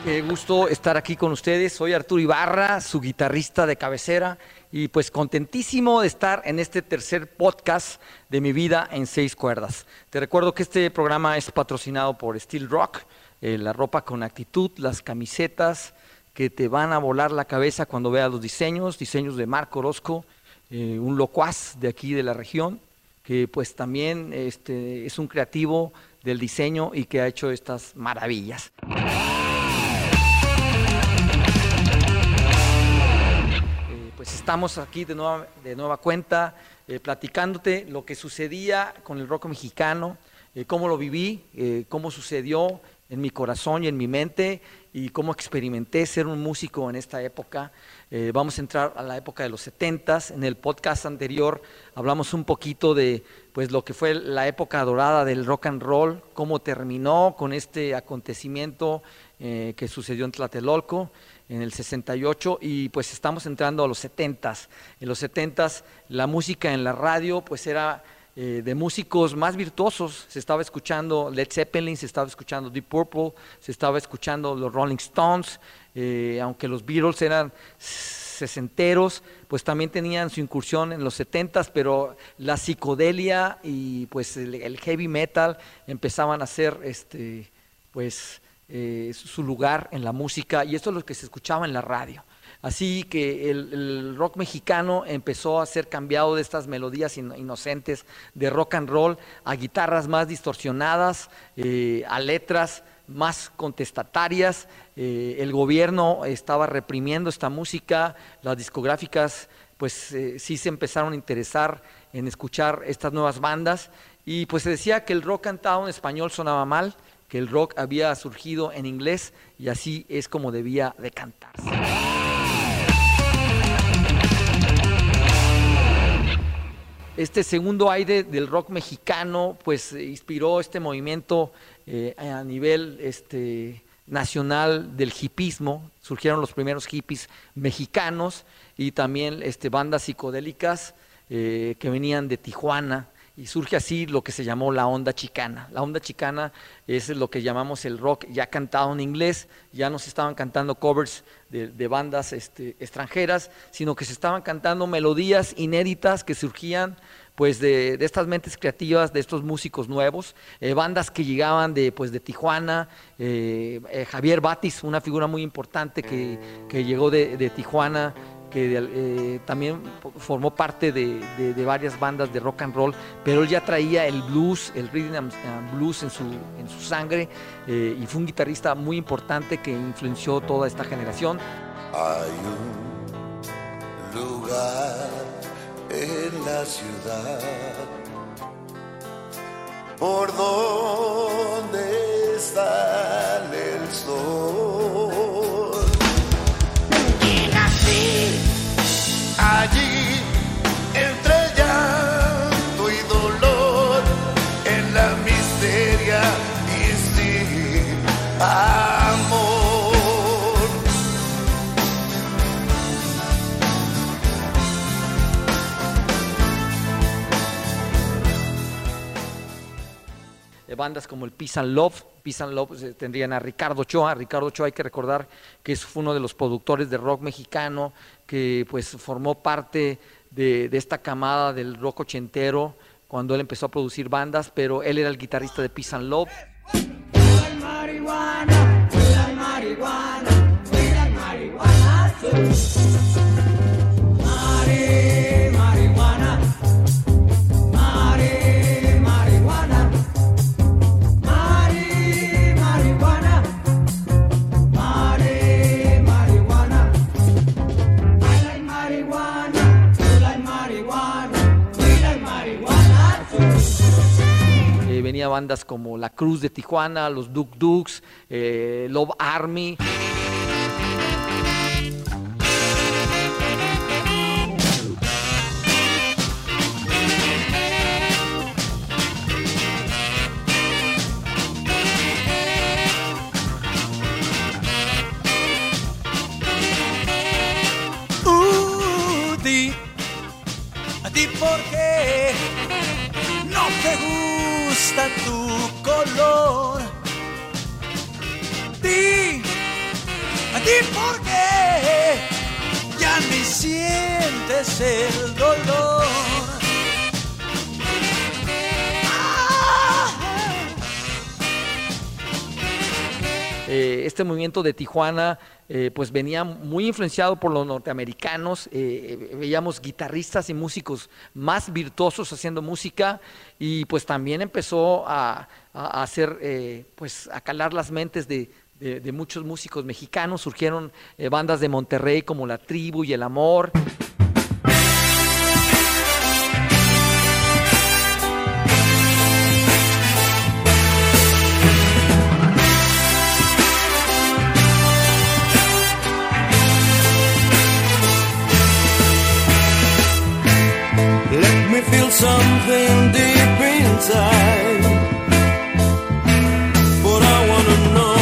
Qué gusto estar aquí con ustedes. Soy Arturo Ibarra, su guitarrista de cabecera, y pues contentísimo de estar en este tercer podcast de mi vida en 6 cuerdas. Te recuerdo que este programa es patrocinado por Steel Rock, la ropa con actitud, las camisetas que te van a volar la cabeza cuando veas los diseños de Marco Orozco, un locuaz de aquí de la región, que pues también es un creativo del diseño y que ha hecho estas maravillas. Pues estamos aquí de nueva cuenta, platicándote lo que sucedía con el rock mexicano, cómo lo viví, cómo sucedió en mi corazón y en mi mente, y cómo experimenté ser un músico en esta época. Vamos a entrar a la época de los 70s. En el podcast anterior hablamos un poquito de pues, lo que fue la época dorada del rock and roll, cómo terminó con este acontecimiento que sucedió en Tlatelolco en el 68, y pues estamos entrando a los 70s. En los 70s la música en la radio pues era de músicos más virtuosos. Se estaba escuchando Led Zeppelin, se estaba escuchando Deep Purple, se estaba escuchando los Rolling Stones, aunque los Beatles eran sesenteros, pues también tenían su incursión en los 70s, pero la psicodelia y pues el heavy metal empezaban a hacer su lugar en la música, y esto es lo que se escuchaba en la radio. Así que el rock mexicano empezó a ser cambiado de estas melodías inocentes de rock and roll a guitarras más distorsionadas, a letras más contestatarias. El gobierno estaba reprimiendo esta música, las discográficas pues sí se empezaron a interesar en escuchar estas nuevas bandas, y pues se decía que el rock cantado en español sonaba mal, que el rock había surgido en inglés y así es como debía de cantarse. Este segundo aire del rock mexicano pues inspiró este movimiento a nivel nacional del hipismo. Surgieron los primeros hippies mexicanos y también bandas psicodélicas que venían de Tijuana, y surge así lo que se llamó la onda chicana. La onda chicana es lo que llamamos el rock ya cantado en inglés. Ya no se estaban cantando covers de bandas extranjeras, sino que se estaban cantando melodías inéditas que surgían pues de estas mentes creativas, de estos músicos nuevos, bandas que llegaban de Tijuana. Javier Batis, una figura muy importante que llegó de Tijuana, que también formó parte de varias bandas de rock and roll, pero él ya traía el blues, el rhythm and blues en su sangre, y fue un guitarrista muy importante que influenció toda esta generación. Hay un lugar en la ciudad por donde sale el sol, y nací allí entre llanto y dolor, en la miseria y sin amor. Bandas como el Peace and Love tendrían a Ricardo Ochoa. Ricardo Ochoa, hay que recordar que fue uno de los productores de rock mexicano, que pues formó parte de esta camada del rock ochentero cuando él empezó a producir bandas, pero él era el guitarrista de Peace and Love. Cuida marihuana, cuida marihuana, cuida marihuana. Venía bandas como La Cruz de Tijuana, los Duk Duks, Love Army. ¿A ti por qué no te gusta tu color? Di ti porque ya ni sientes el dolor. Este movimiento de Tijuana pues venía muy influenciado por los norteamericanos. Veíamos guitarristas y músicos más virtuosos haciendo música, y pues también empezó a hacer pues a calar las mentes de muchos músicos mexicanos. Surgieron bandas de Monterrey como La Tribu y El Amor. Let me feel something deep inside, but I wanna know.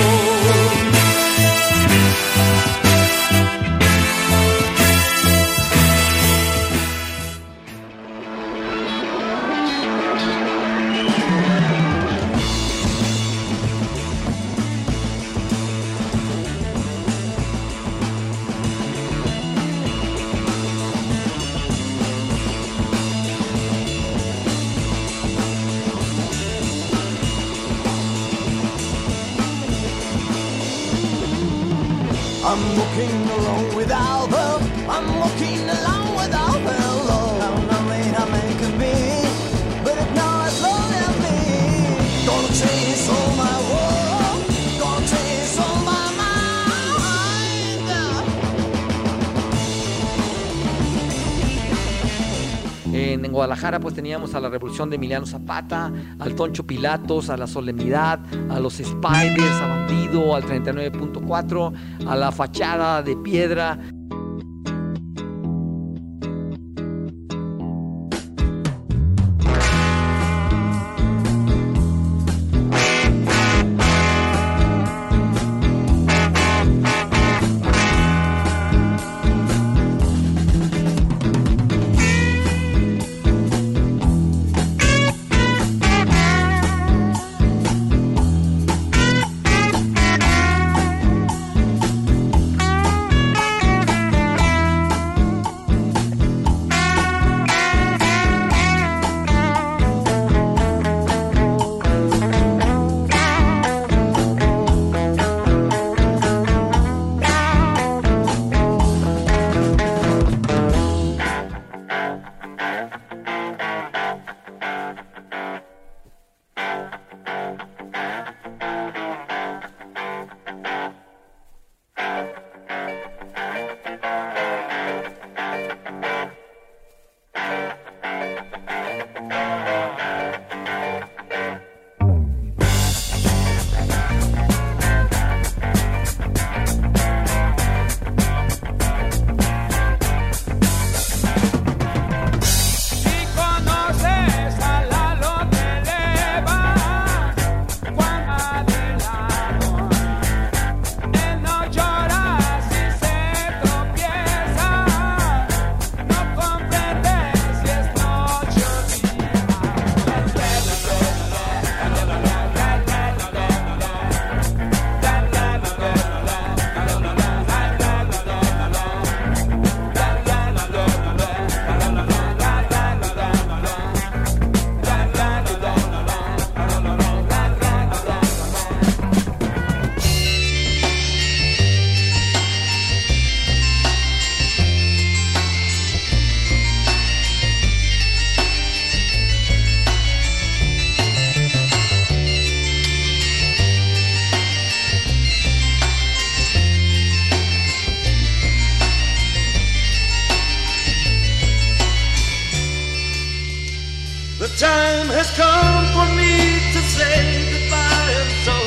I'm walking along without her. I'm walking along without her, Lord. I'm not made I can be, but if not, it's lonely me. Gonna chase all my world, gonna chase all my mind. En Guadalajara pues teníamos a la Revolución de Emiliano Zapata, al Toncho Pilatos, a la Solemnidad, a los Spiders, a Bandido, al 39.4, a la Fachada de Piedra. Time has come for me to say goodbye, and so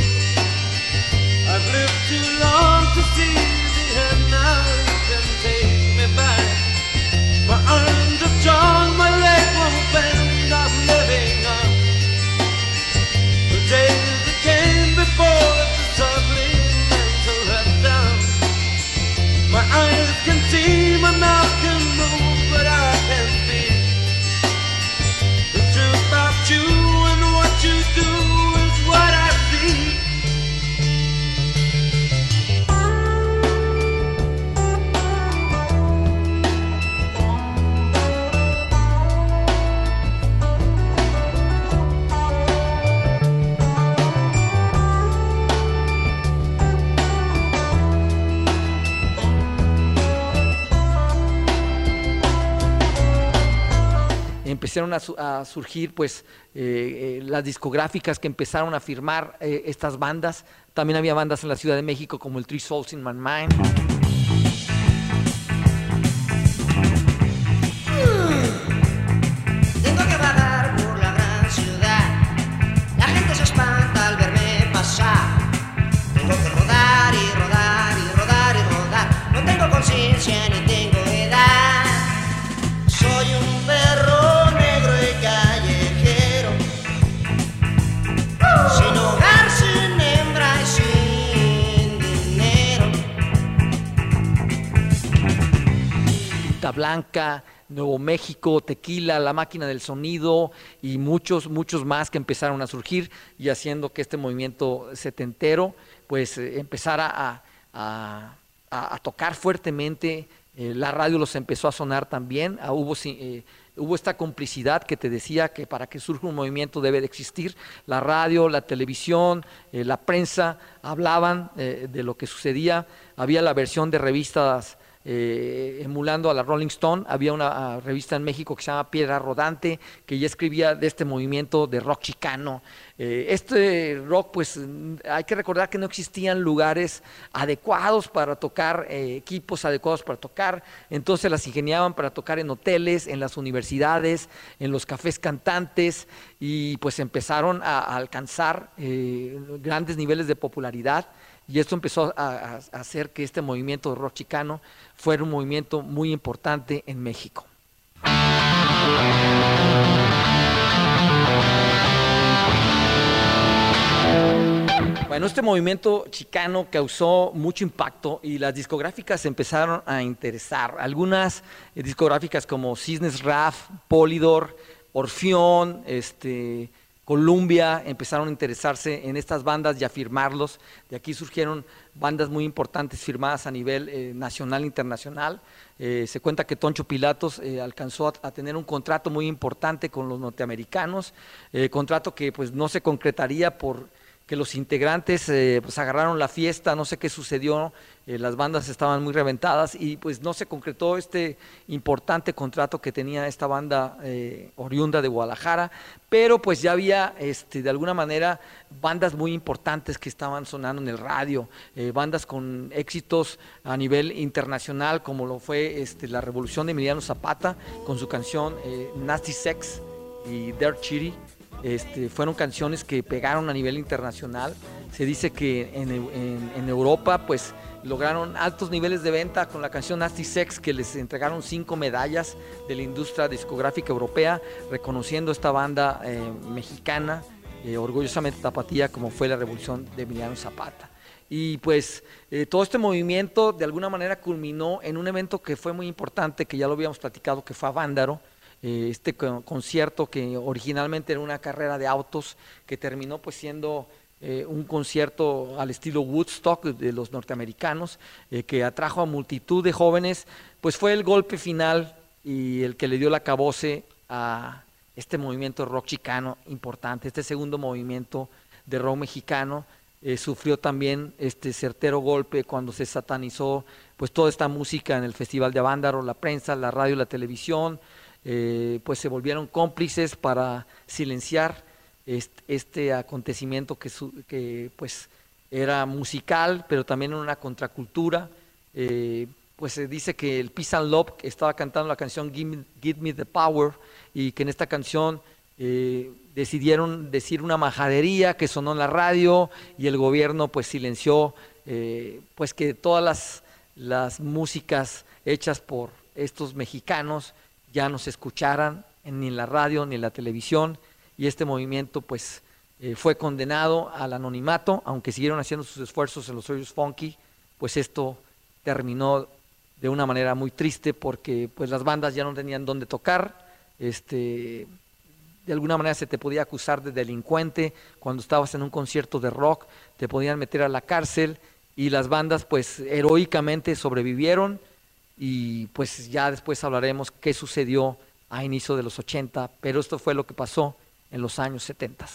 I've lived too long to see the end. Now you can take me back. My arms are strong, my leg won't bend. I'm living on the days that came before the struggling mental let down. My eyes can see, my mouth can move, but I can't speak you empezaron a surgir pues las discográficas que empezaron a firmar estas bandas. También había bandas en la Ciudad de México como el Three Souls in My Mind. Tengo que vagar por la gran ciudad. La gente se espanta al verme pasar. Tengo que rodar y rodar y rodar y rodar. No tengo conciencia ni tengo edad. Soy un perro negro y callejero, sin hogar, sin hembra y sin dinero. Punta Blanca, Nuevo México, Tequila, La Máquina del Sonido y muchos más que empezaron a surgir y haciendo que este movimiento setentero pues empezara a tocar fuertemente. La radio los empezó a sonar también. Hubo esta complicidad que te decía que para que surja un movimiento debe de existir. La radio, la televisión, la prensa hablaban de lo que sucedía. Había la versión de revistas emulando a la Rolling Stone. Había una revista en México que se llama Piedra Rodante, que ya escribía de este movimiento de rock chicano. Este rock, pues hay que recordar que no existían lugares adecuados para tocar, equipos adecuados para tocar, entonces las ingeniaban para tocar en hoteles, en las universidades, en los cafés cantantes, y pues empezaron a alcanzar grandes niveles de popularidad. Y esto empezó a hacer que este movimiento de rock chicano fuera un movimiento muy importante en México. Bueno, este movimiento chicano causó mucho impacto y las discográficas se empezaron a interesar. Algunas discográficas como Cisnes Raf, Polydor, Orfeón, Columbia empezaron a interesarse en estas bandas y a firmarlos. De aquí surgieron bandas muy importantes firmadas a nivel nacional e internacional. Se cuenta que Toncho Pilatos alcanzó a tener un contrato muy importante con los norteamericanos, contrato que pues no se concretaría por que los integrantes pues agarraron la fiesta, no sé qué sucedió, las bandas estaban muy reventadas y pues no se concretó este importante contrato que tenía esta banda oriunda de Guadalajara, pero pues ya había de alguna manera bandas muy importantes que estaban sonando en el radio, bandas con éxitos a nivel internacional como lo fue la Revolución de Emiliano Zapata con su canción Nasty Sex y Dirt Chitty. Fueron canciones que pegaron a nivel internacional. Se dice que en Europa pues lograron altos niveles de venta con la canción Nasty Sex, que les entregaron 5 medallas de la industria discográfica europea, reconociendo esta banda mexicana, orgullosamente tapatía, como fue la Revolución de Emiliano Zapata. Y pues todo este movimiento de alguna manera culminó en un evento que fue muy importante, que ya lo habíamos platicado, que fue Avándaro. Este concierto que originalmente era una carrera de autos, que terminó pues siendo un concierto al estilo Woodstock de los norteamericanos, que atrajo a multitud de jóvenes, pues fue el golpe final y el que le dio el acabose a este movimiento rock chicano importante. Este segundo movimiento de rock mexicano sufrió también este certero golpe cuando se satanizó pues toda esta música en el Festival de Avándaro. La prensa, la radio, la televisión pues se volvieron cómplices para silenciar este acontecimiento que pues era musical, pero también era una contracultura. Pues se dice que el Peace and Love estaba cantando la canción Give Me the Power, y que en esta canción decidieron decir una majadería que sonó en la radio, y el gobierno pues silenció pues que todas las músicas hechas por estos mexicanos ya no se escucharan ni en la radio ni en la televisión, y este movimiento pues fue condenado al anonimato, aunque siguieron haciendo sus esfuerzos en los Soyuz Funky. Pues esto terminó de una manera muy triste, porque pues las bandas ya no tenían dónde tocar. De alguna manera se te podía acusar de delincuente cuando estabas en un concierto de rock, te podían meter a la cárcel, y las bandas pues heroicamente sobrevivieron. Y pues ya después hablaremos qué sucedió a inicio de los 80, pero esto fue lo que pasó en los años 70.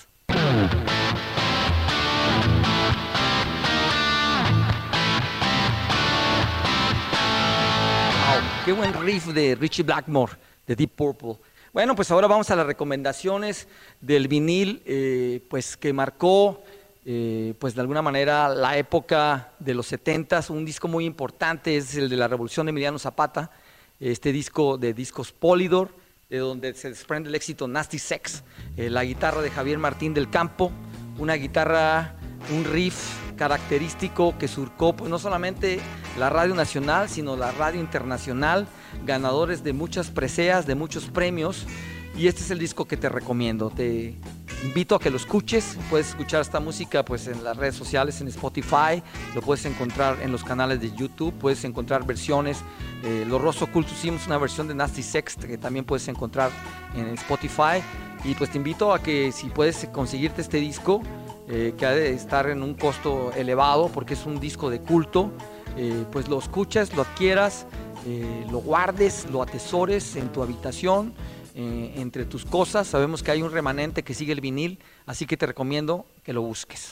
Wow, qué buen riff de Ritchie Blackmore, de Deep Purple. Bueno, pues ahora vamos a las recomendaciones del vinil, pues que marcó, pues de alguna manera la época de los 70s. Un disco muy importante es el de la Revolución de Emiliano Zapata, este disco de Discos Polydor, de donde se desprende el éxito Nasty Sex, la guitarra de Javier Martín del Campo, una guitarra, un riff característico que surcó pues, no solamente la radio nacional, sino la radio internacional, ganadores de muchas preseas, de muchos premios, y este es el disco que te recomiendo. Te invito a que lo escuches. Puedes escuchar esta música pues, en las redes sociales, en Spotify, lo puedes encontrar en los canales de YouTube, puedes encontrar versiones. Los Rosso Cultus hicimos una versión de Nasty Sex que también puedes encontrar en Spotify, y pues te invito a que si puedes conseguirte este disco, que ha de estar en un costo elevado porque es un disco de culto, pues lo escuchas, lo adquieras, lo guardes, lo atesores en tu habitación, entre tus cosas. Sabemos que hay un remanente que sigue el vinil, así que te recomiendo que lo busques.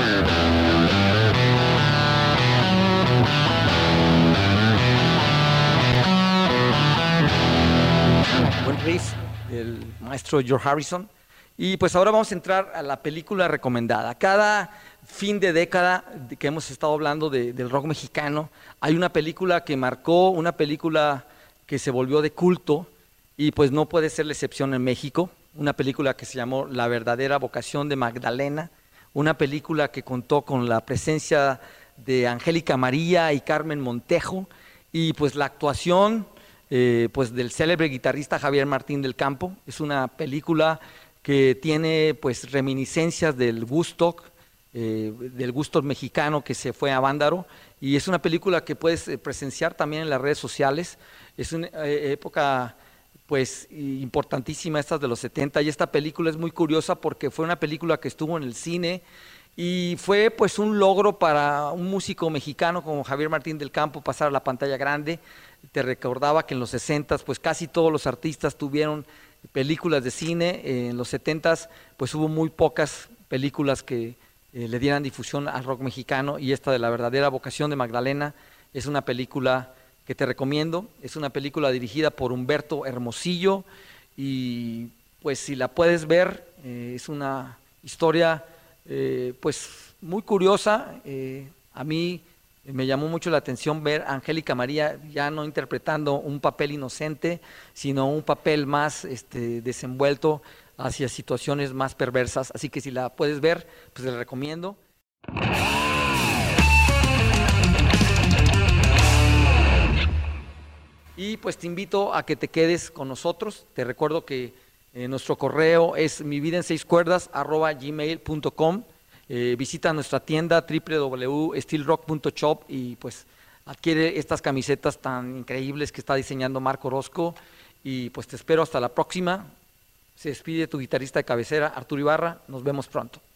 Buen riff del maestro George Harrison. Y pues ahora vamos a entrar a la película recomendada. Cada fin de década que hemos estado hablando del rock mexicano, hay una película que marcó, una película que se volvió de culto, y pues no puede ser la excepción en México. Una película que se llamó La verdadera vocación de Magdalena, una película que contó con la presencia de Angélica María y Carmen Montejo, y pues la actuación pues del célebre guitarrista Javier Martín del Campo. Es una película que tiene pues reminiscencias del Woodstock mexicano que se fue a Vándaro, y es una película que puedes presenciar también en las redes sociales. Es una época pues importantísima, esta de los 70, y esta película es muy curiosa porque fue una película que estuvo en el cine y fue pues un logro para un músico mexicano como Javier Martín del Campo pasar a la pantalla grande. Te recordaba que en los 60 pues casi todos los artistas tuvieron películas de cine. En los 70s pues hubo muy pocas películas que le dieran difusión al rock mexicano, y esta de La verdadera vocación de Magdalena es una película que te recomiendo. Es una película dirigida por Humberto Hermosillo, y pues si la puedes ver, es una historia pues muy curiosa. A mí me llamó mucho la atención ver a Angélica María ya no interpretando un papel inocente, sino un papel más desenvuelto hacia situaciones más perversas. Así que si la puedes ver, pues te la recomiendo. Y pues te invito a que te quedes con nosotros. Te recuerdo que nuestro correo es mividaenseiscuerdas@gmail.com. Visita nuestra tienda www.steelrock.shop y pues adquiere estas camisetas tan increíbles que está diseñando Marco Orozco, y pues te espero hasta la próxima. Se despide tu guitarrista de cabecera, Arturo Ibarra. Nos vemos pronto.